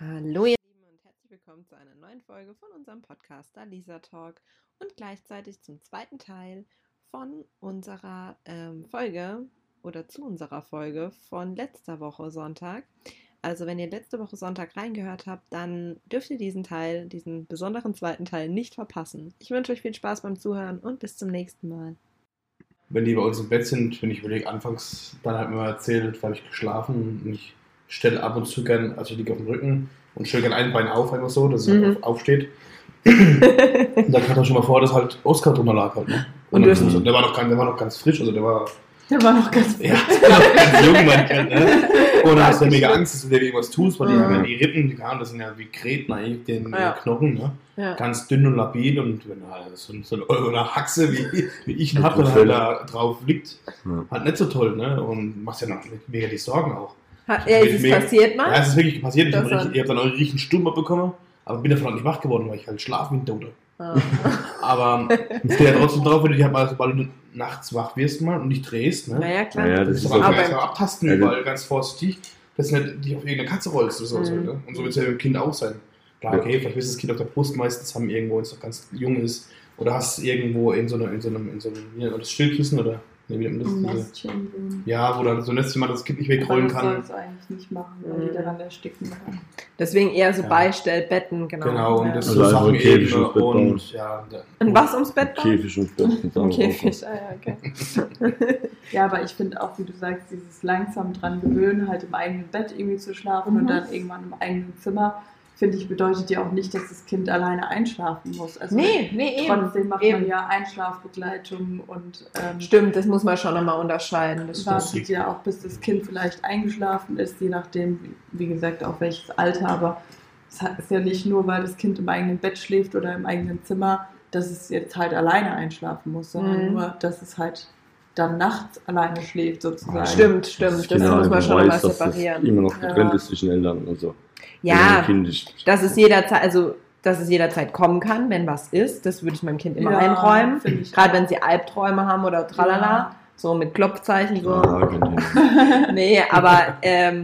Hallo ihr Lieben und herzlich willkommen zu einer neuen Folge von unserem Podcast Alisa Talk und gleichzeitig zum zweiten Teil von unserer Folge oder zu unserer Folge von letzter Woche Sonntag. Also wenn ihr letzte Woche Sonntag reingehört habt, dann dürft ihr diesen Teil, diesen besonderen zweiten Teil nicht verpassen. Ich wünsche euch viel Spaß beim Zuhören und bis zum nächsten Mal. Wenn die bei uns im Bett sind, wenn ich überlege, anfangs, dann hat mir mal erzählt, da habe ich geschlafen und ich stelle ab und zu gern, also ich liege auf dem Rücken und stelle gern ein Bein auf, einfach so, dass es halt aufsteht. Und da kam dann schon mal vor, dass halt Oskar drunter lag halt, ne? Und der war noch ganz frisch, also der war noch ganz jung, mein Kind, ne? Und da hast du ja mega Angst, dass du dir irgendwas tust, weil die Rippen, die das sind ja wie Gräten eigentlich, den Knochen, ne? Ja. Ganz dünn und labil und wenn da so eine Haxe wie ich ihn hab, dann halt da drauf liegt, halt nicht so toll, ne? Und machst ja noch mega die Sorgen auch. Ist es passiert mal? Ja, es ist wirklich passiert. Ich habe dann auch einen richtigen Sturm bekommen, aber bin davon auch nicht wach geworden, weil ich halt schlafe wie ein Toter. Aber es geht ja trotzdem drauf, wenn du dich halt mal, sobald du nachts wach wirst mal und dich drehst, ne? Naja, klar. Ja, das ist aber erstmal abtasten überall, ganz vorsichtig, dass du nicht dich auf irgendeine Katze rollst oder so. Ne? Und so wird es ja mit dem Kind auch sein. Klar, okay, vielleicht wirst du das Kind auf der Brust meistens haben, irgendwo, wenn es noch ganz jung ist. Oder hast es irgendwo in so einem das Stillkissen oder wie nennt man das? Nestchen. Ja, wo dann so ein Nestchen mal das Kind nicht wegrollen kann. Das soll es eigentlich nicht machen, weil die daran ersticken kann. Deswegen eher so Beistellbetten, genau. Genau, und das also so Sachen Käfig eben und ja. Und was ums Bett bauen? Käfig ums Bett. Ein Käfig, okay. Ja, aber ich finde auch, wie du sagst, dieses langsam dran gewöhnen, halt im eigenen Bett irgendwie zu schlafen und dann irgendwann im eigenen Zimmer, finde ich, bedeutet ja auch nicht, dass das Kind alleine einschlafen muss. Also nee, eben. Trotzdem macht man ja Einschlafbegleitung und stimmt, das muss man schon nochmal unterscheiden. Das wartet ja auch, bis das Kind vielleicht eingeschlafen ist, je nachdem, wie gesagt, auch welches Alter, aber es ist ja nicht nur, weil das Kind im eigenen Bett schläft oder im eigenen Zimmer, dass es jetzt halt alleine einschlafen muss, sondern nur, dass es halt dann nachts alleine schläft sozusagen. Stimmt, das muss man schon nochmal separieren. Dass immer noch getrennt ist zwischen Eltern und so. Ja, dass es jederzeit kommen kann, wenn was ist, das würde ich meinem Kind immer einräumen. Gerade wenn sie Albträume haben oder tralala, so mit Klopfzeichen. So. Nee, aber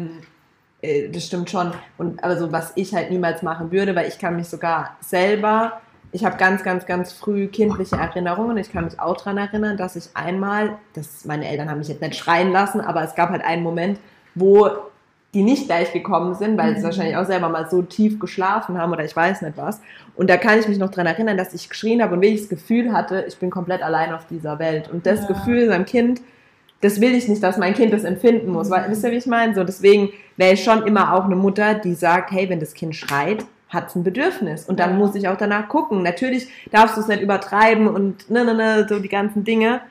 das stimmt schon. Und also was ich halt niemals machen würde, weil ich kann mich sogar selber, ich habe ganz, ganz, ganz früh kindliche Erinnerungen. Ich kann mich auch daran erinnern, dass ich einmal, meine Eltern haben mich jetzt nicht schreien lassen, aber es gab halt einen Moment, wo die nicht gleich gekommen sind, weil sie wahrscheinlich auch selber mal so tief geschlafen haben oder ich weiß nicht was. Und da kann ich mich noch dran erinnern, dass ich geschrien habe und wirklich das Gefühl hatte, ich bin komplett allein auf dieser Welt. Und das Gefühl seinem Kind, das will ich nicht, dass mein Kind das empfinden muss. Weil, wisst ihr, wie ich meine? So, deswegen wäre ich schon immer auch eine Mutter, die sagt, hey, wenn das Kind schreit, hat es ein Bedürfnis. Und dann muss ich auch danach gucken. Natürlich darfst du es nicht übertreiben und so die ganzen Dinge.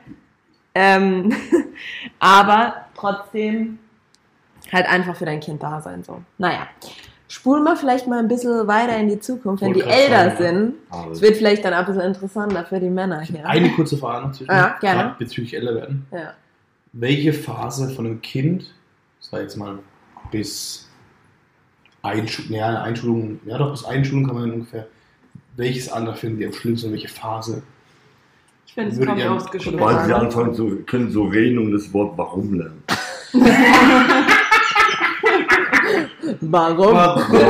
Aber trotzdem halt einfach für dein Kind da sein. So. Naja, spulen wir vielleicht mal ein bisschen weiter in die Zukunft, wenn die älter sind. Es wird vielleicht dann ein bisschen interessanter für die Männer hier. Eine kurze Frage noch gerne. Bezüglich älter werden. Ja. Welche Phase von einem Kind, sag jetzt mal bis Einschulung, bis Einschulung kann man ungefähr, welches Alter finden die am schlimmsten, welche Phase? Ich finde, es kommt aufs Geschlecht. Weil sie anfangen können so reden und das Wort warum lernen. Warum?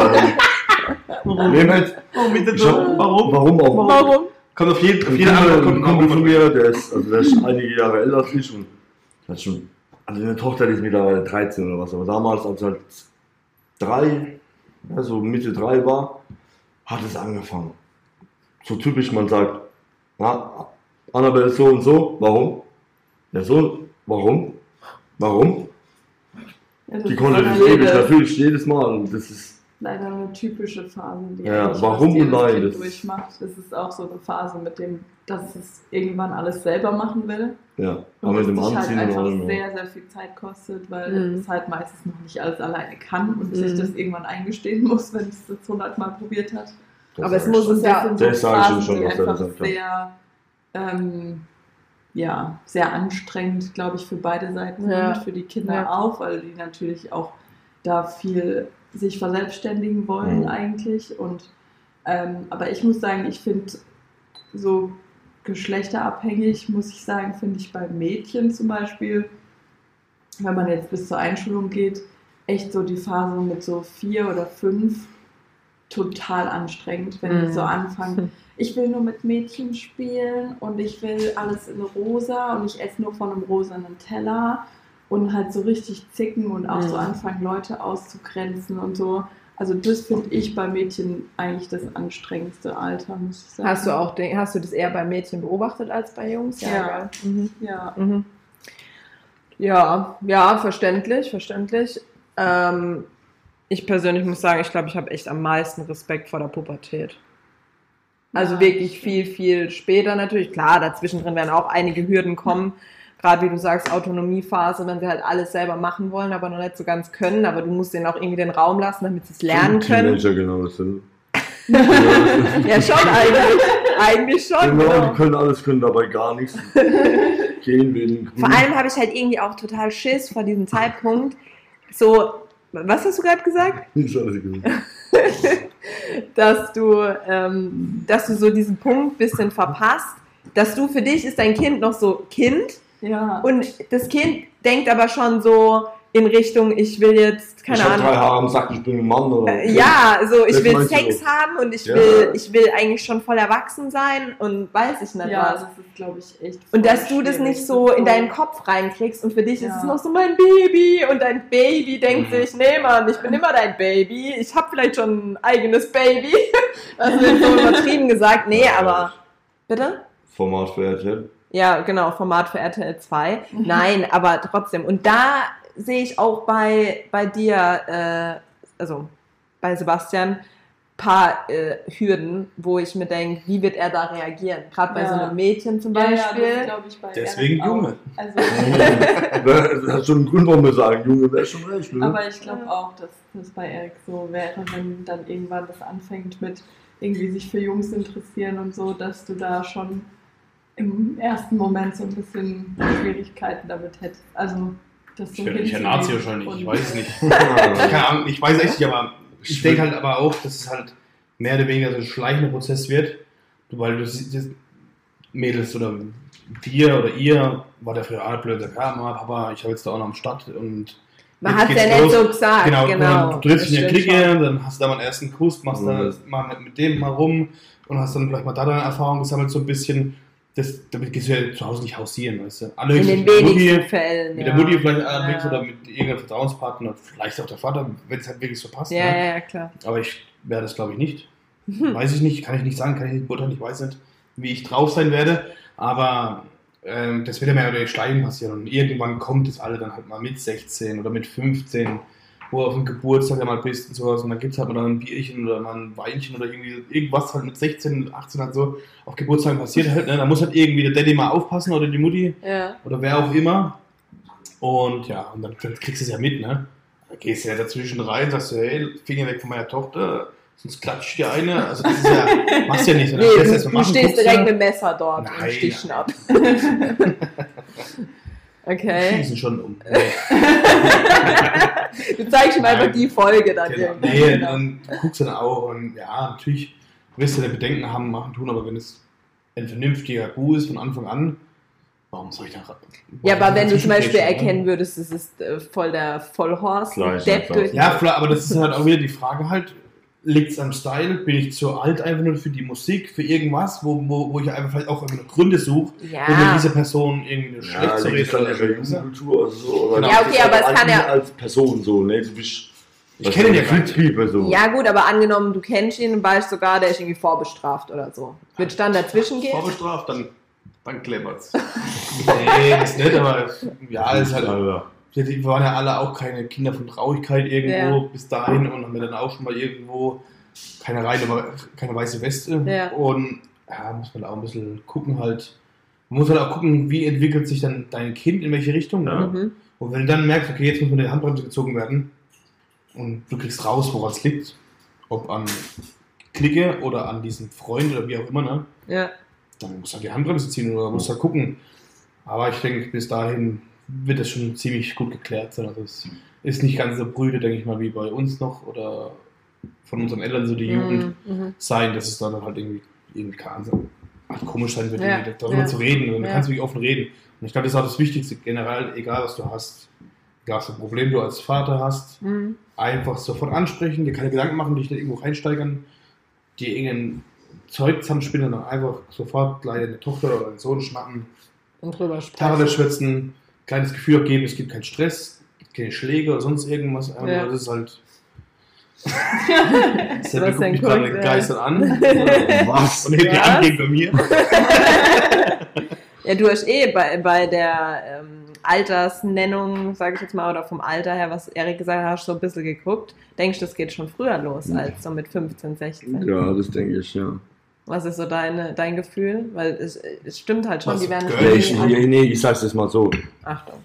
Warum? Kommt auf jeden Fall. Ein Kumpel von mir, der ist einige Jahre älter als ich und hat schon, also eine Tochter, die ist mittlerweile 13 oder was, aber damals, als halt 3, so Mitte 3 war, hat es angefangen. So typisch, man sagt, Annabelle ist so und so, warum? Der Sohn, warum? Ja, die konnte das natürlich jedes Mal und das ist leider eine typische Phase, die warum und nein, das durchmacht. Das ist auch so eine Phase, mit dem, dass es irgendwann alles selber machen will. Ja, aber mit dem Anziehen halt einfach sehr, sehr viel Zeit kostet, weil es halt meistens noch nicht alles alleine kann und sich das irgendwann eingestehen muss, wenn es das 100 Mal probiert hat. Aber es muss es ja. Das sage ich schon, die einfach sehr anstrengend, glaube ich, für beide Seiten sind, für die Kinder auch, weil die natürlich auch da viel sich verselbstständigen wollen eigentlich. Und aber ich muss sagen, ich finde so geschlechterabhängig, muss ich sagen, finde ich bei Mädchen zum Beispiel, wenn man jetzt bis zur Einschulung geht, echt so die Phase mit so 4 oder 5, total anstrengend, wenn die so anfangen. Ich will nur mit Mädchen spielen und ich will alles in rosa und ich esse nur von einem rosanen Teller und halt so richtig zicken und auch so anfangen, Leute auszugrenzen und so. Also das finde ich bei Mädchen eigentlich das anstrengendste Alter, muss ich sagen. Hast du das eher bei Mädchen beobachtet als bei Jungs? Ja. Ja, verständlich. Ich persönlich muss sagen, ich glaube, ich habe echt am meisten Respekt vor der Pubertät. Also wirklich viel, viel später natürlich. Klar, dazwischen drin werden auch einige Hürden kommen. Gerade wie du sagst, Autonomiephase, wenn sie halt alles selber machen wollen, aber noch nicht so ganz können. Aber du musst denen auch irgendwie den Raum lassen, damit sie es lernen können. Teenager, genau, das sind. Ja, schon eigentlich. Eigentlich schon. Genau, die können alles, können dabei gar nichts. Gehen will. Vor allem habe ich halt irgendwie auch total Schiss vor diesem Zeitpunkt. So, was hast du gerade gesagt? Nichts alles gesagt. dass du so diesen Punkt ein bisschen verpasst, dass du für dich ist dein Kind noch so Kind und das Kind denkt aber schon so in Richtung, ich will jetzt, keine Ahnung. Ich habe 3 Haare am Sack, ich bin ein Mann. Oder ich will Sex haben und ich will eigentlich schon voll erwachsen sein und weiß ich nicht was. Ja, das ist, glaube ich, echt. Und dass du das nicht so in deinen Kopf reinkriegst und für dich ist es noch so mein Baby und dein Baby denkt sich, nee Mann, ich bin immer dein Baby, ich habe vielleicht schon ein eigenes Baby. Das ist jetzt so übertrieben gesagt, nee, aber... Bitte? Format für RTL. Ja, genau, Format für RTL 2. Nein, aber trotzdem. Und da sehe ich auch bei dir, also bei Sebastian, paar Hürden, wo ich mir denke, wie wird er da reagieren? Gerade bei so einem Mädchen zum Beispiel. Ja, das glaube ich bei deswegen Junge. Also, das hat schon einen Grund, warum wir sagen, Junge wäre schon recht. Ne? Aber ich glaube auch, dass das bei Erik so wäre, wenn dann irgendwann das anfängt mit irgendwie sich für Jungs interessieren und so, dass du da schon im ersten Moment so ein bisschen Schwierigkeiten damit hättest. Also, das so ich bin Nazi wahrscheinlich, ich weiß es nicht. Keine Ahnung, ich weiß echt nicht, aber ich denke halt aber auch, dass es halt mehr oder weniger so ein schleichender Prozess wird, weil du siehst, Mädels oder dir oder ihr war der früher blöd, sagt, ja, Mama, Papa, ich habe jetzt da auch noch am Start und man hat es ja nicht so gesagt. Genau. Du triffst in der Clique, dann hast du da mal einen ersten Kuss, machst da mal mit dem mal rum und hast dann vielleicht mal da deine Erfahrung gesammelt, so ein bisschen. Damit gehst du ja zu Hause nicht hausieren, weißt du. In den wenigsten Fällen. Mit der Mutti vielleicht allerdings oder mit irgendeinem Vertrauenspartner, vielleicht auch der Vater, wenn es halt wirklich so passt. Ja, klar. Aber ich wäre das, glaube ich, nicht. Weiß ich nicht, kann ich nicht sagen, kann ich nicht beurteilen, ich weiß nicht, wie ich drauf sein werde. Aber das wird ja mehr oder weniger schleichen passieren. Und irgendwann kommt es alle dann halt mal mit 16 oder mit 15, wo du auf dem Geburtstag ja mal bist und sowas. Und dann gibt es halt mal ein Bierchen oder mal ein Weinchen oder irgendwie irgendwas halt mit 16, 18 halt so auf Geburtstag passiert halt. Ne? Da muss halt irgendwie der Daddy mal aufpassen oder die Mutti oder wer auch immer. Und ja, und dann kriegst du es ja mit, ne? Da gehst du ja dazwischen rein, sagst du, hey, Finger weg von meiner Tochter, sonst klatscht dir eine. Also das ist ja, machst ja nicht. Nee, du stehst direkt mit dem Messer dort und stichst ab. Okay. Schießen schon um. Du zeigst ihm einfach die Folge dann. Genau. Nee, dann guckst du dann auch und ja, natürlich wirst du deine Bedenken haben, machen, tun, aber wenn es ein vernünftiger Kuh ist von Anfang an, warum soll ich da Ja, aber wenn du zum Beispiel erkennen würdest, das ist voll der Vollhorst, Depp durch. Ja, aber das ist halt auch wieder die Frage halt, liegt es am Style? Bin ich zu alt einfach nur für die Musik, für irgendwas, wo ich einfach vielleicht auch immer Gründe suche, um mir diese Person irgendwie schlecht zu reden oder Kultur oder so. Oder ja, okay, aber es kann ja als Person so, ne? Du bist, ich kenne den ja gar nicht. So. Ja gut, aber angenommen, du kennst ihn und weißt sogar, der ist irgendwie vorbestraft oder so. Wird dann dazwischen gehen? Vorbestraft, dann klemmert's. Nee, das ist nicht, aber ja, ist halt. Wir waren ja alle auch keine Kinder von Traurigkeit irgendwo bis dahin und haben wir dann auch schon mal irgendwo keine weiße Weste. Ja. Und ja, muss man auch ein bisschen gucken halt. Man muss halt auch gucken, wie entwickelt sich dann dein Kind, in welche Richtung. Ne? Und wenn du dann merkst, okay, jetzt muss man die Handbremse gezogen werden und du kriegst raus, woran es liegt, ob an Clique oder an diesen Freund oder wie auch immer, ne? Ja. Dann musst du halt die Handbremse ziehen oder musst halt gucken. Aber ich denke, bis dahin wird das schon ziemlich gut geklärt sein. Also es ist nicht ganz so brüde, denke ich mal, wie bei uns noch oder von unseren Eltern so die Jugend sein, dass es dann halt irgendwie kann halt komisch sein wird, darüber zu reden. Und du kannst wirklich offen reden. Und ich glaube, das ist auch das Wichtigste generell, egal was du hast, was ein Problem du als Vater hast, einfach sofort ansprechen, dir keine Gedanken machen, dich nicht irgendwo reinsteigern, dir irgendein Zeug zusammenspinnen und dann einfach sofort gleich eine Tochter oder einen Sohn schnappen, und drüber sprechen, schwitzen, kleines Gefühl geben, es gibt keinen Stress, keine Schläge oder sonst irgendwas, aber das ist halt. Seppi guckt mich gerade begeistert an. Was? Und hebt die Hand gegen mir. Ja, du hast bei der Altersnennung, sage ich jetzt mal, oder vom Alter her, was Erik gesagt hat, hast du so ein bisschen geguckt. Denkst du, das geht schon früher los, als so mit 15, 16? Ja, das denke ich, ja. Was ist so dein Gefühl? Weil es stimmt halt schon, die werden nicht... Ich sag's jetzt mal so. Achtung.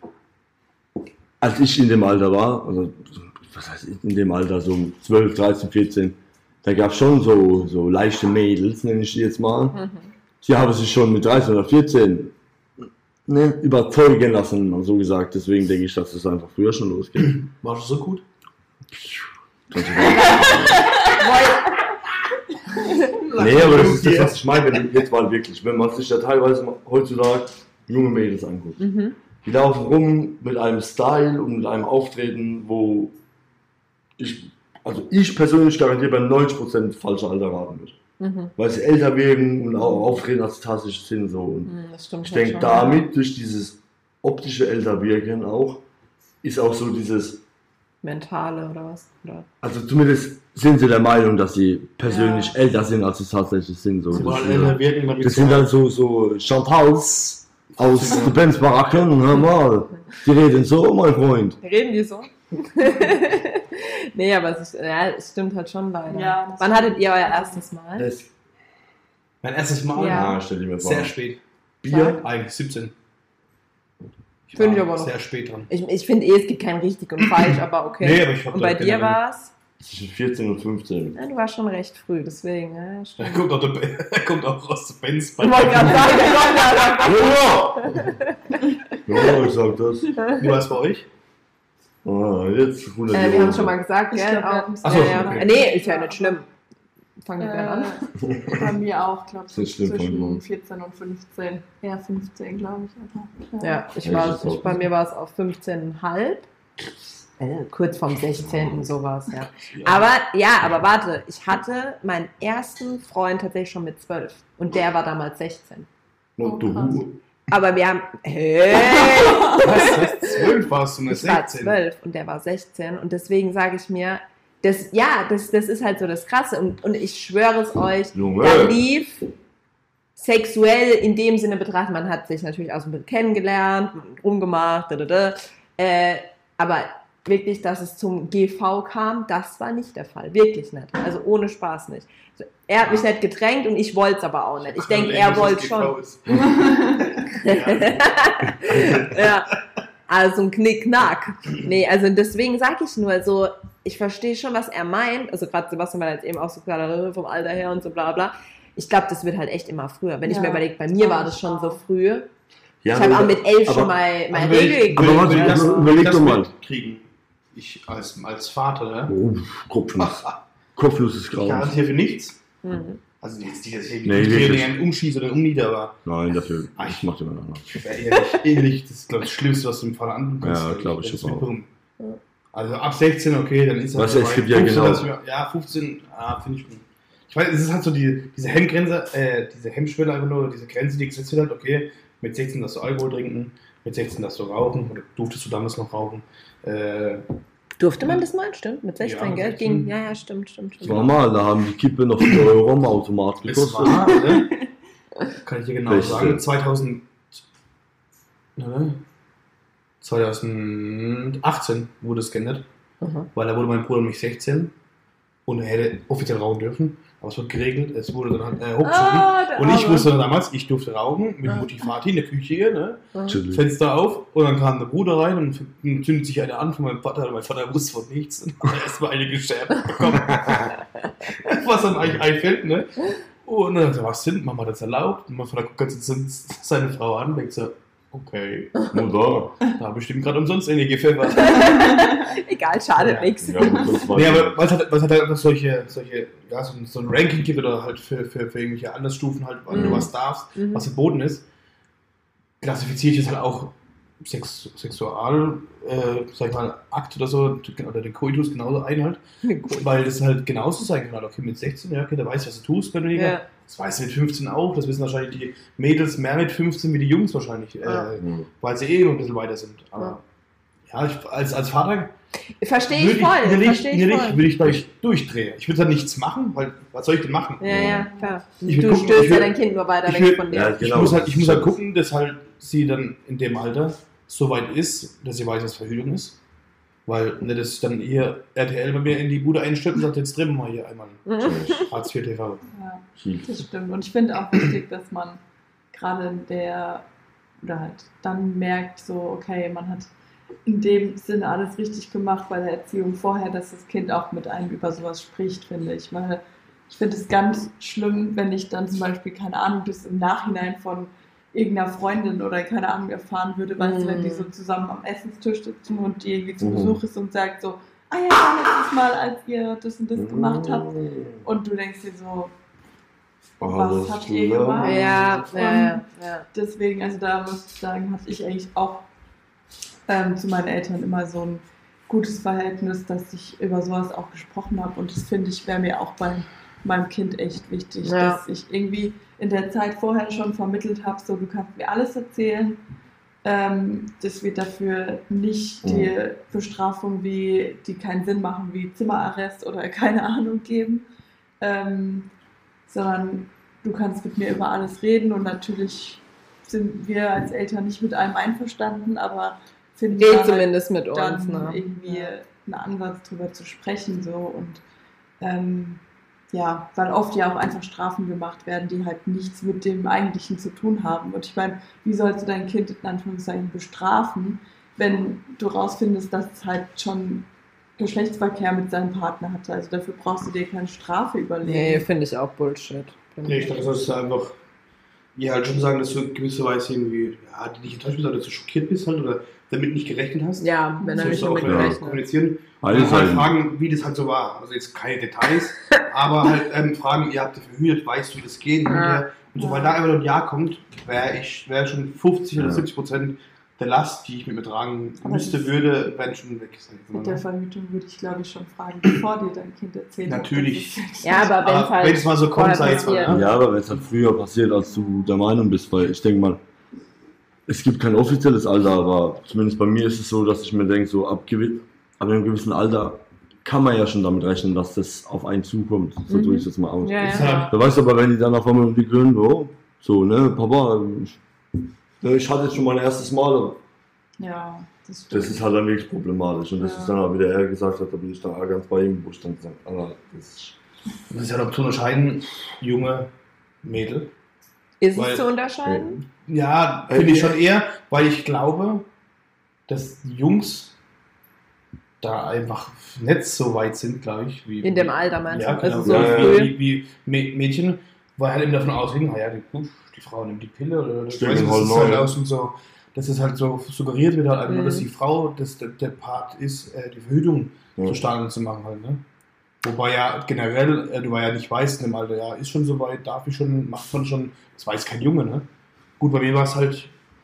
Als ich in dem Alter war, also was heißt in dem Alter, so 12, 13, 14, da gab es schon so leichte Mädels, nenne ich die jetzt mal. Die haben sich schon mit 13 oder 14 überzeugen lassen, mal so gesagt. Deswegen denke ich, dass es einfach früher schon losgeht. Warst du so gut? Nee, aber das ist das, was ich meine, jetzt mal wirklich. Wenn man sich ja teilweise heutzutage junge Mädels anguckt. Die laufen rum mit einem Style und mit einem Auftreten, wo ich persönlich garantiere bei 90% falscher Alter raten würde. Weil sie älter wirken und auch auftreten, als sie tatsächlich sind. So. Und das stimmt ich denke, schon, damit, durch dieses optische Älterwirken auch, ist auch so dieses... Mentale oder was? Oder? Also zumindest sind sie der Meinung, dass sie persönlich älter sind, als sie tatsächlich sind. So. Das sind dann so Chantals aus der Benz-Baracken, hör mal, die reden so, mein Freund. Reden die so? Nee, aber es stimmt halt schon leider. Ja, wann hattet ihr euer erstes Mal? Mein erstes Mal? Ja. Stell dir mir vor. Sehr spät. Bier? Eigentlich 17. Finde ich aber noch. Sehr spät dran. Ich finde es gibt kein richtig und falsch, aber okay. Nee, aber ich und bei dir war es? Zwischen 14 und 15. Ja, du warst schon recht früh, deswegen. Ja, er kommt auch aus der Benz. Ich wollte gerade sagen, ja, ich sag das. Wie war es bei euch? Jetzt 100 Jahre. Wir haben schon mal gesagt, gell? Achso, okay. Nee, ist ja nicht schlimm. Fangen wir an. Bei mir auch, glaube ich, zwischen 14 und 15. Ja, 15, glaube ich. Ja, bei mir war es auf 15,5. Kurz vorm 16. sowas, ja. Aber warte, ich hatte meinen ersten Freund tatsächlich schon mit 12 und der war damals 16. Aber wir haben... Hey! Was? 12 warst du mit 16? Ich war 12 und der war 16 und deswegen sage ich mir, das ist halt so das Krasse und ich schwöre es euch, da lief sexuell in dem Sinne betrachtet, man hat sich natürlich auch so ein bisschen kennengelernt, rumgemacht, aber wirklich, dass es zum GV kam, das war nicht der Fall, wirklich nicht, also ohne Spaß nicht. Er hat mich nicht gedrängt und ich wollte es aber auch nicht. Ich denke, er wollte schon. Ja. Also ein Knick-Knack. Nee, also deswegen sage ich nur so, ich verstehe schon, was er meint. Also gerade Sebastian war jetzt eben auch so klar, vom Alter her und so bla bla. Ich glaube, das wird halt echt immer früher. Wenn ich mir überlege, bei mir war das schon so früh. Ja, ich habe auch mit 11 schon mal Regel gekriegt. Aber überleg doch mal. Ich als Vater, ne? Oh, Kopflos ist grau. Ich garantiere für nichts. Also jetzt nicht, dass ich einen umschieße oder umnieder, aber... Nein, dafür, ich mach den mal noch. Ehrlich, das ist, glaube ich, das Schlimmste, was du im Fall antun kannst. Ja, glaube ich auch. Also ab 16, okay, dann ist das... Es gibt ja genau... Ja, 15, finde ich gut. Ich weiß, es ist halt so diese Hemmgrenze, diese Hemmschwelle einfach nur, diese Grenze, die gesetzt wird halt, okay, mit 16 darfst du Alkohol trinken, mit 16 darfst du rauchen, oder durftest du damals noch rauchen. Durfte man das mal? Stimmt, mit 16 Geld ging. Ja, stimmt. Normal, da haben die Kippe noch 4 Euro am Automat gekostet. Das war, ne? Kann ich dir genau sagen. 2018 wurde es geändert, weil da wurde mein Bruder nämlich 16 und er hätte offiziell rauchen dürfen. Aber es wurde geregelt, es wurde dann hochgeschoben. Und ich wusste damals, ich durfte rauchen mit Mutti Vati in der Küche, ne? Fenster auf und dann kam der Bruder rein und zündet sich eine an von meinem Vater. Und mein Vater wusste von nichts und hat erstmal eine gescherbt bekommen. Was dann eigentlich einfällt, ne? Und dann sagt er, was sind, Mama, das erlaubt? Und mein Vater guckt seine Frau an und denkt so, okay, Mutter, da habe ich bestimmt gerade umsonst eine gepfeffert. Egal, schadet nichts. Ja, aber was hat halt einfach solche ja, so ein Ranking gibt oder halt für irgendwelche Andersstufen halt, wann du was darfst, was verboten ist, klassifiziere ich es halt auch sag ich mal, Akt oder so, oder den Koitus genauso einhalt, weil das halt genauso sein kann. Okay, mit 16, ja, okay, da weißt du, was du tust, wenn du Jäger. Das weißt du mit 15 auch, das wissen wahrscheinlich die Mädels mehr mit 15 wie die Jungs wahrscheinlich, weil sie noch ein bisschen weiter sind. Aber ja, als Vater verstehe ich voll. Will ich gleich durchdrehen. Ich würde da nichts machen, weil was soll ich denn machen? Ja, klar. Du stößt ja dein Kind nur weiter weg von dir. Ja, genau. Ich muss halt gucken, dass halt sie dann in dem Alter so weit ist, dass sie weiß, was Verhütung ist. Weil nicht, dass dann hier RTL bei mir in die Bude einstellt und sagt, jetzt drehen wir mal hier einmal Hartz IV TV. Ja, das stimmt. Und ich finde auch wichtig, dass man gerade oder halt dann merkt, so, okay, man hat in dem Sinne alles richtig gemacht bei der Erziehung vorher, dass das Kind auch mit einem über sowas spricht, finde ich. Weil ich finde es ganz schlimm, wenn ich dann zum Beispiel, keine Ahnung, das im Nachhinein von irgendeiner Freundin oder keine Ahnung erfahren würde, weißt du, wenn die so zusammen am Essenstisch sitzen und die irgendwie zu Besuch ist und sagt so, ja, letztes Mal, als ihr das und das gemacht habt, und du denkst dir so, was habt ihr gemacht? Ja. Deswegen, also da muss ich sagen, hatte ich eigentlich auch zu meinen Eltern immer so ein gutes Verhältnis, dass ich über sowas auch gesprochen habe, und das finde ich, wäre mir auch bei meinem Kind echt wichtig, dass ich irgendwie in der Zeit vorher schon vermittelt habe, so, du kannst mir alles erzählen, dass wir dafür nicht die Bestrafung, die keinen Sinn machen, wie Zimmerarrest oder keine Ahnung geben, sondern du kannst mit mir über alles reden, und natürlich sind wir als Eltern nicht mit allem einverstanden, aber finden wir zumindest mit uns, dann irgendwie einen Ansatz drüber zu sprechen, so, und weil oft ja auch einfach Strafen gemacht werden, die halt nichts mit dem Eigentlichen zu tun haben. Und ich meine, wie sollst du dein Kind in Anführungszeichen bestrafen, wenn du rausfindest, dass es halt schon Geschlechtsverkehr mit seinem Partner hatte? Also dafür brauchst du dir keine Strafe überlegen. Nee, finde ich auch Bullshit. Nee, ich dachte, das ist einfach, halt schon sagen, dass du in gewisser Weise irgendwie, die dich enttäuscht bist oder dass du schockiert bist halt, oder damit nicht gerechnet hast. Ja, wenn er nicht damit gerechnet. Kommunizieren. Und halt fragen, wie das halt so war. Also jetzt keine Details, aber halt fragen, ihr habt ihr verhütet, weißt du, wie das geht? Und sobald da einfach nur ein Ja kommt, wäre schon 50 oder 70% der Last, die ich mit mir tragen müsste, wären schon weg. Mit der Verhütung würde ich, glaube ich, schon fragen, bevor dir dein Kind erzählt. Natürlich. Ja, aber wenn es mal so kommt, sei es mal. Ja, aber wenn es halt früher passiert, als du der Meinung bist, weil ich denke mal, es gibt kein offizielles Alter, aber zumindest bei mir ist es so, dass ich mir denke, so ab einem gewissen Alter kann man ja schon damit rechnen, dass das auf einen zukommt. So drücke ich das mal aus. Ja. Da weißt du aber, wenn die dann auf einmal um die Grünen, so, ne, Papa, ich hatte jetzt schon mein erstes Mal. Ja, das stimmt. Das ist halt dann wirklich problematisch. Und das ist dann auch, wie der er gesagt hat, da bin ich dann auch ganz bei ihm, wo ich dann gesagt habe, das ist halt auch zu unterscheiden, junge Mädel. Ist es zu unterscheiden? Ja, finde ich schon eher, weil ich glaube, dass die Jungs da einfach nicht so weit sind, glaube ich. Wie in dem Alter meinst du? Ja, genau, also so wie Mädchen, weil halt eben davon ausgehen, die Frau nimmt die Pille oder das halt aus und so. Dass es halt so suggeriert wird, halt einfach, dass die Frau der Part ist, die Verhütung zu starten und zu machen halt, ne? Wobei ja generell, du ja nicht weißt in dem Alter, ist schon so weit, darf ich schon, macht man schon, das weiß kein Junge, ne? Gut, bei mir war es halt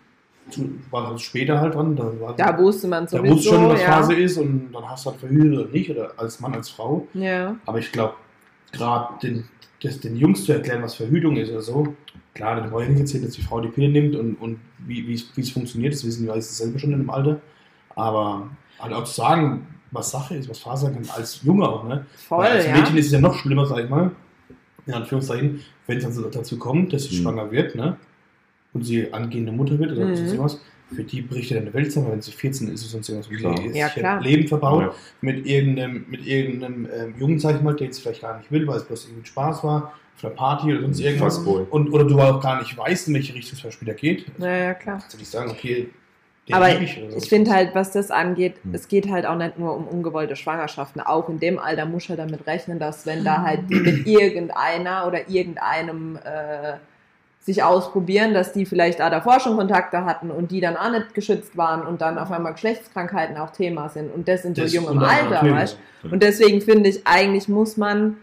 später halt dran, da wusste man sowieso, da wusste schon, was Phase ist, und dann hast du halt verhütet oder nicht, oder als Mann, als Frau. Ja. Aber ich glaube, gerade den Jungs zu erklären, was Verhütung ist oder so, klar, dann brauche ich nicht erzählen, dass die Frau die Pille nimmt und wie es funktioniert, das wissen die meisten selber schon in dem Alter. Aber halt auch zu sagen, was Sache ist, was Phase sein kann, als Junge auch, ne? Voll, weil als Mädchen ist es ja noch schlimmer, sag ich mal, in Anführungszeichen, wenn es dann dazu kommt, dass sie schwanger wird, ne? Und sie angehende Mutter wird oder sonst irgendwas, für die bricht ja dann eine Welt zusammen, wenn sie 14 ist oder sonst irgendwas. Die ist Leben verbaut mit irgendeinem Jungen, sag ich mal, der jetzt vielleicht gar nicht will, weil es bloß irgendwie Spaß war, auf einer Party oder sonst irgendwas. Oder du auch gar nicht weißt, in welche Richtung es vielleicht später geht. Ja, klar. Kannst du nicht sagen, okay, aber ich finde halt, was das angeht, es geht halt auch nicht nur um ungewollte Schwangerschaften. Auch in dem Alter muss er damit rechnen, dass wenn da halt die mit irgendeiner oder irgendeinem sich ausprobieren, dass die vielleicht auch davor schon Kontakte hatten und die dann auch nicht geschützt waren und dann auf einmal Geschlechtskrankheiten auch Thema sind. Und das in so jungem Alter, weißt du? Und deswegen finde ich, eigentlich muss man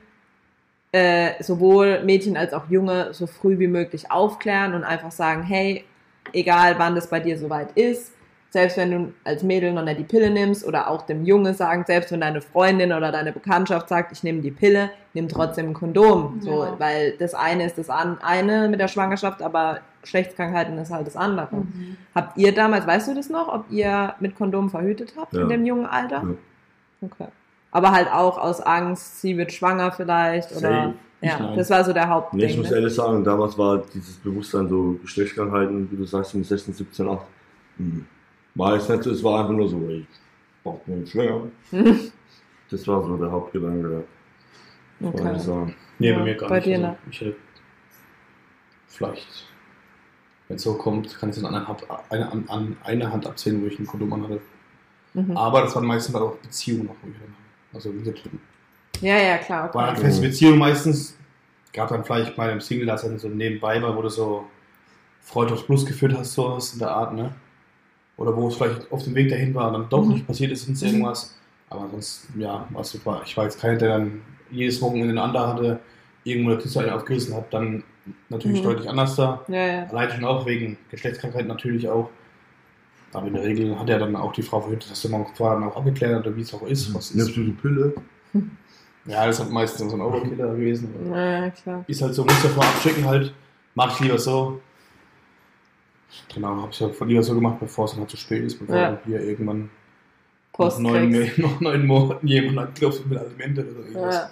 sowohl Mädchen als auch Junge so früh wie möglich aufklären und einfach sagen, hey, egal wann das bei dir soweit ist, selbst wenn du als Mädel noch nicht die Pille nimmst oder auch dem Junge sagen, selbst wenn deine Freundin oder deine Bekanntschaft sagt, ich nehme die Pille, nimm trotzdem ein Kondom. Ja. So, weil das eine ist das eine mit der Schwangerschaft, aber Geschlechtskrankheiten ist halt das andere. Mhm. Habt ihr damals, weißt du das noch, ob ihr mit Kondom verhütet habt in dem jungen Alter? Ja. Okay. Aber halt auch aus Angst, sie wird schwanger vielleicht oder... Ja, das war so der Hauptding. Nee, ich muss ehrlich sagen, damals war dieses Bewusstsein so Geschlechtskrankheiten, wie du sagst, mit 16, 17, 8, war es nicht so, es war einfach nur so, ich brauch mir schwanger. Das war so der Hauptgedanke, okay. Ich sagen. Nee, bei mir gar nicht. Dir, ich hätte vielleicht, wenn es so kommt, kann ich es an einer Hand abzählen, wo ich ein Kondom anhatte. Aber das waren meistens auch Beziehungen noch, wo ich dann habe. Also wie gesagt, ja, klar. Okay. War eine feste Beziehung meistens. Gab dann vielleicht bei einem Single, das dann so nebenbei war, wo du so Freund aufs Plus geführt hast, sowas in der Art, ne? Oder wo es vielleicht auf dem Weg dahin war und dann doch nicht passiert ist, irgendwas. Aber sonst, ja, war super. Ich war jetzt keiner, der dann jedes Wochenende einen anderen hatte, irgendwo eine Tüte einen aufgerissen hat, dann natürlich deutlich anders da. Ja. Allein schon auch wegen Geschlechtskrankheit natürlich auch. Aber in der Regel hat ja dann auch die Frau verhütet, dass man zwar dann auch abgeklärt oder wie es auch ist. Was nimmst du die Pille? Ja, das ist halt meistens so ein Overkiller gewesen. Ja, klar. Ist halt so, muss ja vorab checken halt, mach ich lieber so. Genau, hab ich ja lieber so gemacht, bevor es dann halt zu spät ist, bevor hier irgendwann nach 9 Monaten jemand anklopft mit Alimente oder irgendwas.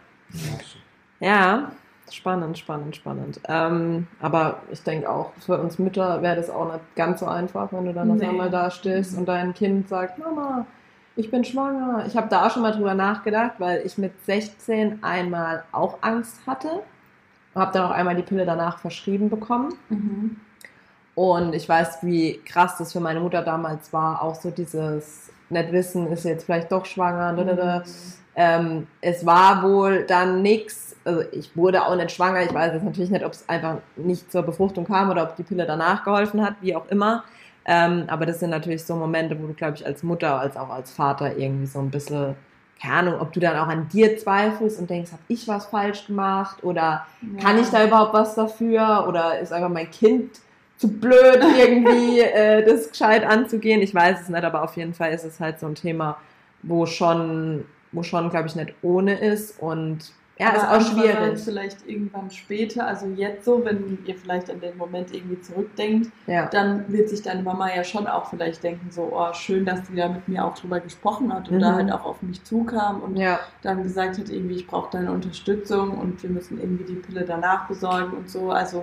Ja, spannend. Aber ich denke auch, für uns Mütter wäre das auch nicht ganz so einfach, wenn du dann auf einmal da stehst und dein Kind sagt, Mama, ich bin schwanger. Ich habe da auch schon mal drüber nachgedacht, weil ich mit 16 einmal auch Angst hatte. Habe dann auch einmal die Pille danach verschrieben bekommen. Und ich weiß, wie krass das für meine Mutter damals war. Auch so dieses nicht wissen, ist sie jetzt vielleicht doch schwanger. Es war wohl dann nichts. Also ich wurde auch nicht schwanger. Ich weiß jetzt natürlich nicht, ob es einfach nicht zur Befruchtung kam oder ob die Pille danach geholfen hat, wie auch immer. Aber das sind natürlich so Momente, wo du, glaube ich, als Mutter, als auch als Vater irgendwie so ein bisschen, keine Ahnung, ob du dann auch an dir zweifelst und denkst, habe ich was falsch gemacht oder kann ich da überhaupt was dafür oder ist einfach mein Kind zu blöd irgendwie das gescheit anzugehen. Ich weiß es nicht, aber auf jeden Fall ist es halt so ein Thema, wo schon glaube ich, nicht ohne ist und ja, aber ist auch schwierig. Vielleicht irgendwann später, also jetzt so, wenn ihr vielleicht an den Moment irgendwie zurückdenkt, dann wird sich deine Mama ja schon auch vielleicht denken, so, oh, schön, dass sie da mit mir auch drüber gesprochen hat und da halt auch auf mich zukam und dann gesagt hat, irgendwie, ich brauche deine Unterstützung und wir müssen irgendwie die Pille danach besorgen und so. Also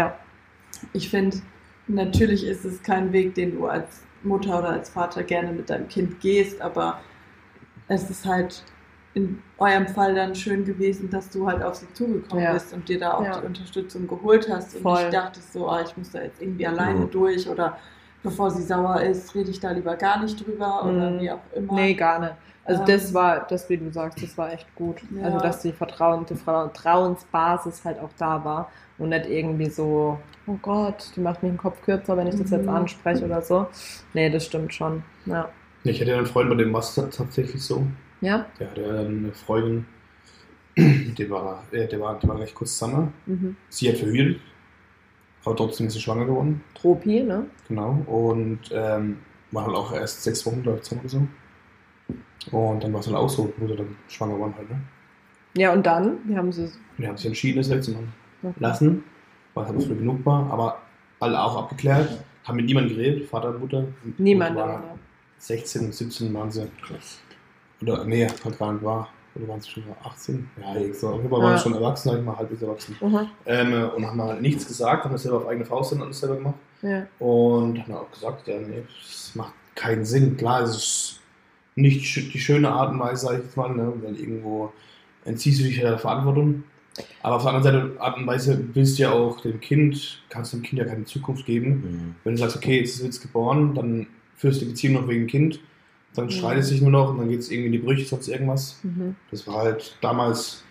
ich finde, natürlich ist es kein Weg, den du als Mutter oder als Vater gerne mit deinem Kind gehst, aber es ist halt in eurem Fall dann schön gewesen, dass du halt auf sie zugekommen bist und dir da auch die Unterstützung geholt hast und nicht dachtest so, ich muss da jetzt irgendwie alleine durch oder bevor sie sauer ist, rede ich da lieber gar nicht drüber oder wie auch immer. Nee, gar nicht. Also das war, wie du sagst, das war echt gut. Ja. Also dass die Vertrauensbasis halt auch da war und nicht irgendwie so, oh Gott, die macht mir den Kopf kürzer, wenn ich das jetzt anspreche oder so. Nee, das stimmt schon. Ja. Ich hatte ja einen Freund, bei dem war es tatsächlich so. Ja? Der hatte eine Freundin, die war recht kurz zusammen. Sie hat verhütet, aber trotzdem ist sie schwanger geworden. Tropi, ne? Genau. Und war halt auch erst 6 Wochen, glaube ich, zusammen oder so. Und dann war es halt auch so, wo sie dann schwanger waren halt, ne? Ja, und dann? Wie haben sie sich entschieden, das jetzt zu machen. Lassen, weil es halt früh genug war, aber alle auch abgeklärt, haben mit niemandem geredet, Vater und Mutter. Niemand. 16, 17 waren sie. Krass. Oder, nee, halt gar nicht war. Oder waren sie schon 18? Ja, so. Auf jeden Fall waren sie schon erwachsen, sag ich mal, halbwegs erwachsen. Und haben halt nichts gesagt, haben das selber auf eigene Faust dann alles selber gemacht. Ja. Und haben auch gesagt, ja, nee, das macht keinen Sinn. Klar, es ist nicht die schöne Art und Weise, sag ich jetzt mal, ne, weil irgendwo entziehst du dich ja der Verantwortung. Aber auf der anderen Art und Weise willst du ja auch kannst dem Kind ja keine Zukunft geben. Wenn du sagst, okay, jetzt wird es geboren, dann führst du die Beziehung noch wegen dem Kind, dann streitet sich nur noch und dann geht es irgendwie in die Brüche, sonst irgendwas. Das war halt damals,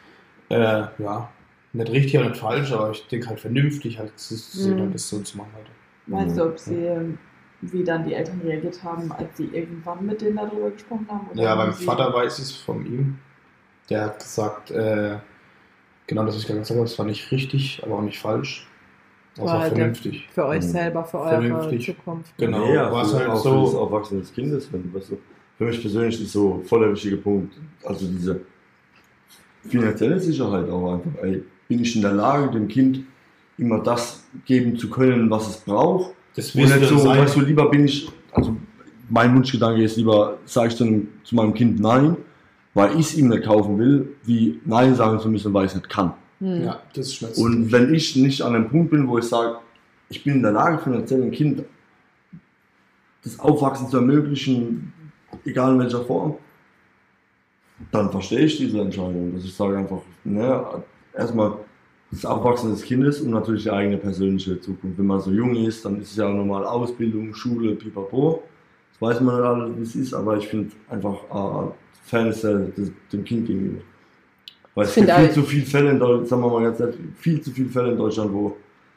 nicht richtig oder nicht falsch, aber ich denke halt vernünftig, halt das so zu machen. Halt. Weißt du, ob wie dann die Eltern reagiert haben, als sie irgendwann mit denen darüber gesprochen haben? Oder ja, beim Vater weiß ich es von ihm. Der hat gesagt, genau das, was ich gerade gesagt habe, das war nicht richtig, aber auch nicht falsch. Das war vernünftig. Für euch selber, für eure Zukunft. Genau. Ja, was halt auch so für das Aufwachsen des Kindes. Weißt du, für mich persönlich ist so voll der wichtige Punkt, also diese finanzielle Sicherheit auch einfach. Ey, bin ich in der Lage, dem Kind immer das geben zu können, was es braucht? Das will nicht so, weißt du, lieber bin ich, also mein Wunschgedanke ist lieber, sage ich zu meinem Kind Nein, weil ich es ihm nicht kaufen will, wie Nein sagen zu müssen, weil ich es nicht kann. Ja, das schmerzt. Und wenn ich nicht an einem Punkt bin, wo ich sage, ich bin in der Lage, finanziell dem Kind das Aufwachsen zu ermöglichen, egal in welcher Form, dann verstehe ich diese Entscheidung. Dass ich sage einfach, erstmal das Aufwachsen des Kindes und natürlich die eigene persönliche Zukunft. Wenn man so jung ist, dann ist es ja normal Ausbildung, Schule, pipapo. Das weiß man nicht alles, wie es ist, aber ich finde einfach Fairness dem Kind gegenüber. Weil es gibt viel zu viele Fälle in Deutschland, sagen wir mal ganz ehrlich, viel zu viele Fälle in Deutschland, wo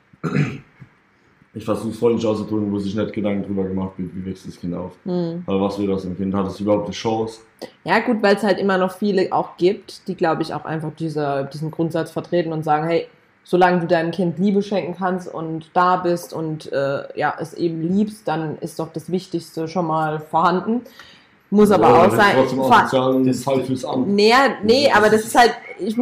ich versuche es voll nicht auszudrücken, wo sich nicht Gedanken drüber gemacht wird, wie wächst das Kind auf. Aber was will das im Kind? Hat es überhaupt eine Chance? Ja gut, weil es halt immer noch viele auch gibt, die glaube ich auch einfach diesen Grundsatz vertreten und sagen, hey, solange du deinem Kind Liebe schenken kannst und da bist und es eben liebst, dann ist doch das Wichtigste schon mal vorhanden. Muss aber auch sein. Trotzdem auch sozialen Fall fürs Amt. Nee, aber das ist halt, ich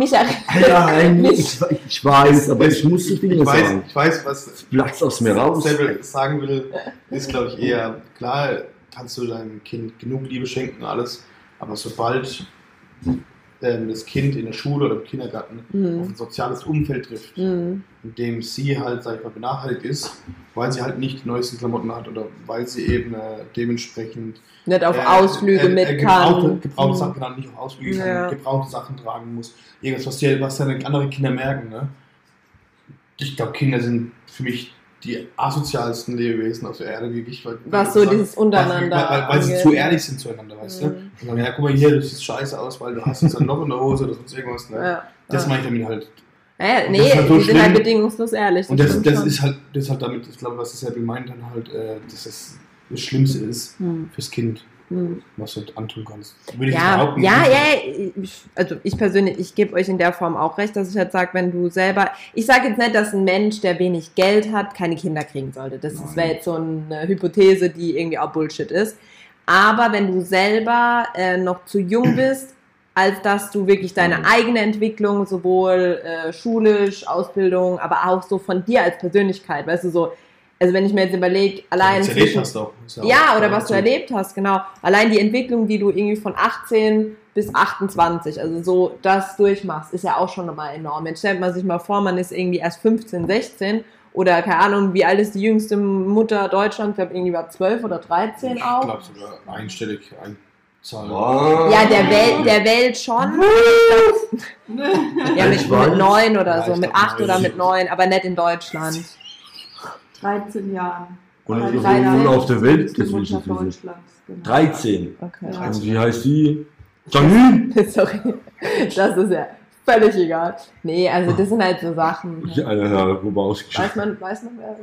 weiß, aber ich muss die Dinge sagen. Ich weiß, was Platz aus mir raus. Sagen will, ist glaube ich eher, klar kannst du deinem Kind genug Liebe schenken, alles, aber sobald das Kind in der Schule oder im Kindergarten auf ein soziales Umfeld trifft, in dem sie halt, sag ich mal, benachteiligt ist, weil sie halt nicht die neuesten Klamotten hat oder weil sie eben dementsprechend nicht auf Ausflüge mit kann. Gebrauchte Sachen, genau, nicht auf Ausflüge kann, gebrauchte Sachen tragen muss. Irgendwas, was dann andere Kinder merken. Ne? Ich glaube, Kinder sind für mich die asozialsten Lebewesen auf der Erde, wirklich. Was so dieses Untereinander. Weil sie zu ehrlich sind zueinander, weißt du? Und sagen, ja, guck mal hier, du siehst scheiße aus, weil du hast jetzt ein Loch in der Hose oder sonst irgendwas. Ne? Ja. Das meine ich damit halt. Die sind halt bedingungslos ehrlich. Und das ist halt damit, ich glaube, was das Seppel meint, dann halt, dass das Schlimmste ist fürs Kind. Was du antun kannst. Würde ich behaupten. Also ich persönlich, ich gebe euch in der Form auch recht, dass ich halt sage, wenn du selber, ich sage jetzt nicht, dass ein Mensch, der wenig Geld hat, keine Kinder kriegen sollte. Das wäre jetzt so eine Hypothese, die irgendwie auch Bullshit ist. Aber wenn du selber noch zu jung bist, als dass du wirklich deine eigene Entwicklung, sowohl schulisch, Ausbildung, aber auch so von dir als Persönlichkeit, weißt du, so. Also wenn ich mir jetzt überlege, allein was du erlebt hast auch. Oder was du erlebt hast, genau. Allein die Entwicklung, die du irgendwie von 18 bis 28, also so das durchmachst, ist ja auch schon nochmal enorm. Jetzt stellt man sich mal vor, man ist irgendwie erst 15, 16 oder keine Ahnung, wie alt ist die jüngste Mutter Deutschlands? Ich glaube irgendwie war 12 oder 13 auch. Ich glaube sogar einstellig. Wow. Ja, der Welt schon. Ja, mit 9 oder so, mit 8 oder mit 9, aber nicht in Deutschland. 13 Jahren. Und auf der Welt, das will ich nicht wissen. 13. Okay. Und wie heißt die? Janine? Sorry, das ist ja völlig egal. Nee, also das sind halt so Sachen. Eine Hörergruppe ausgeschrieben. Weiß man, wer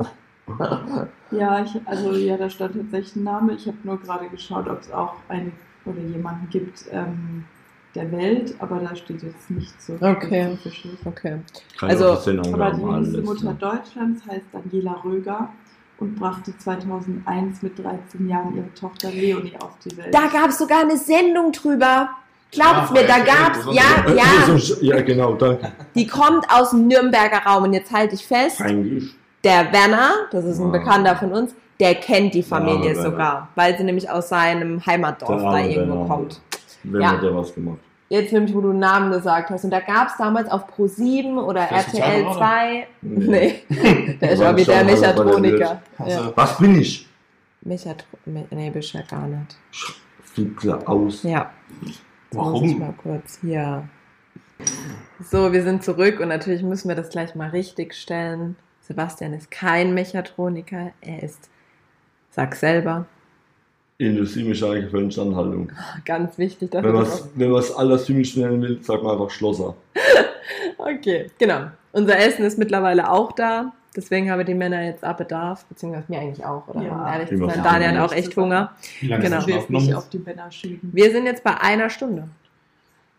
es ist? Da stand tatsächlich ein Name. Ich habe nur gerade geschaut, ob es auch jemanden gibt der Welt, aber da steht jetzt nicht so spezifisch. Okay. Also, aber die jüngste Mutter Deutschlands heißt Daniela Röger und brachte 2001 mit 13 Jahren ihre Tochter Leonie auf die Welt. Da gab es sogar eine Sendung drüber. Glaubt's mir, da gab's, ja, genau, danke. Die kommt aus dem Nürnberger Raum und jetzt halte ich fest, der Werner, das ist ein Bekannter von uns, der kennt die Familie sogar, weil sie nämlich aus seinem Heimatdorf da irgendwo kommt. Wer hat ja was gemacht? Jetzt nämlich, wo du einen Namen gesagt hast. Und da gab es damals auf Pro7 oder RTL 2. Nee, der ist auch wie der Mechatroniker. Ja. Was bin ich? Nee, bist ja gar nicht. Fliegt aus. Ja. Warum? Muss ich mal kurz hier. So, wir sind zurück und natürlich müssen wir das gleich mal richtig stellen. Sebastian ist kein Mechatroniker. Er ist, sag selber, Industriemechaniker für Instandhaltung. Ganz wichtig. Wenn man es alles ziemlich schnell will, sagt man einfach Schlosser. Okay, genau. Unser Essen ist mittlerweile auch da. Deswegen haben die Männer jetzt Bedarf, beziehungsweise mir eigentlich auch. Oder ehrlich zu sein, Daniel hat auch echt Hunger. Wie lange genau. Nicht auf die Männer schieben. Wir sind jetzt bei 1 Stunde.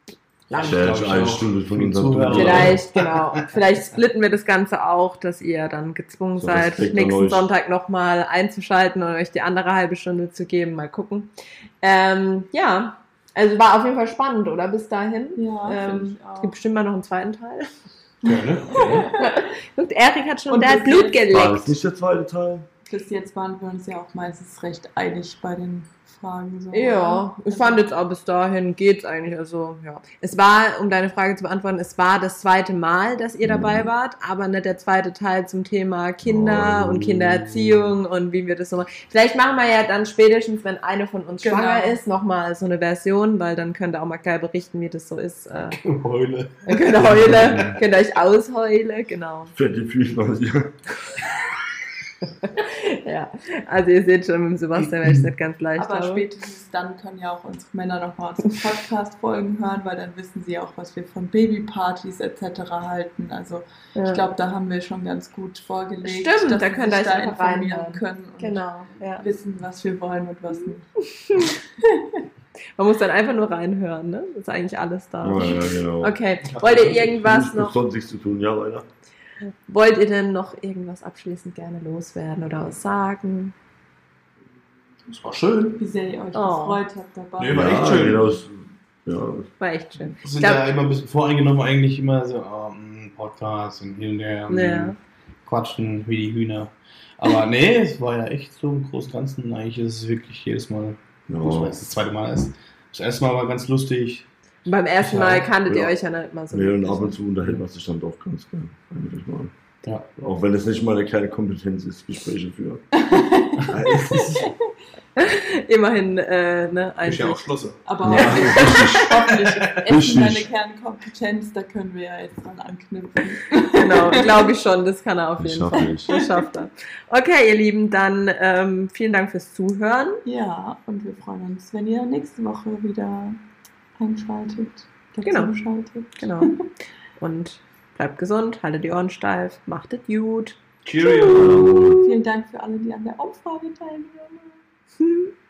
eine Stunde von unserem Zuhörer. Vielleicht splitten wir das Ganze auch, dass ihr dann gezwungen seid, nächsten Sonntag nochmal einzuschalten und euch die andere halbe Stunde zu geben. Mal gucken. Ja, also war auf jeden Fall spannend, oder? Bis dahin. Ja, es gibt bestimmt mal noch einen zweiten Teil. Gerne. Guckt, Erik hat schon der Blut geleckt. War das nicht der zweite Teil? Bis jetzt waren wir uns ja auch meistens recht einig bei den Fragen. So, ja, ich fand jetzt auch bis dahin geht's eigentlich. Also, ja. Es war, um deine Frage zu beantworten, es war das zweite Mal, dass ihr dabei wart, aber nicht der zweite Teil zum Thema Kinder und Kindererziehung und wie wir das so machen. Vielleicht machen wir ja dann spätestens, wenn eine von uns schwanger ist, nochmal so eine Version, weil dann könnt ihr auch mal gleich berichten, wie das so ist. Heule. Könnt euch ausheulen, genau. Fährt die Füße Ja, also ihr seht schon, mit dem Sebastian wäre es nicht ganz leicht. Aber spätestens dann können ja auch unsere Männer nochmal unsere Podcast-Folgen hören, weil dann wissen sie auch, was wir von Babypartys etc. halten. Also ich glaube, da haben wir schon ganz gut vorgelegt, Stimmt, dass da könnt ihr euch da einfach informieren können und wissen, was wir wollen und was nicht. Man muss dann einfach nur reinhören, ne? Ist eigentlich alles da. Ja, genau. Okay, wollt ihr irgendwas noch? Sonst nichts zu tun, ja, weiter. Wollt ihr denn noch irgendwas abschließend gerne loswerden oder was sagen? Das war schön. Wie sehr ihr euch gefreut habt dabei. Nee, war echt schön. Genau. War echt schön. Wir sind ja immer ein bisschen voreingenommen, eigentlich immer so Podcast und hin und her quatschen wie die Hühner. Aber nee, es war ja echt so im Großen und Ganzen. Eigentlich ist es wirklich jedes Mal, das zweite Mal ist. Das erste Mal war ganz lustig. Und beim ersten Mal kanntet ihr euch ja nicht mal so. Nee, und ab und zu unterhält man sich dann doch ganz gerne. Ja. Auch wenn es nicht mal eine kleine Kompetenz ist, Gespräche führen. Immerhin, ne? Ich ja auch Schlosse. Aber hoffentlich Essen eine Kernkompetenz, da können wir ja jetzt dran anknüpfen. Genau, glaube ich schon, das kann er auf jeden Fall. Das schafft er. Okay, ihr Lieben, dann vielen Dank fürs Zuhören. Ja, und wir freuen uns, wenn ihr nächste Woche wieder einschaltet. Genau. Und bleibt gesund, haltet die Ohren steif, macht es gut. Cheerio. Vielen Dank für alle, die an der Umfrage teilnehmen.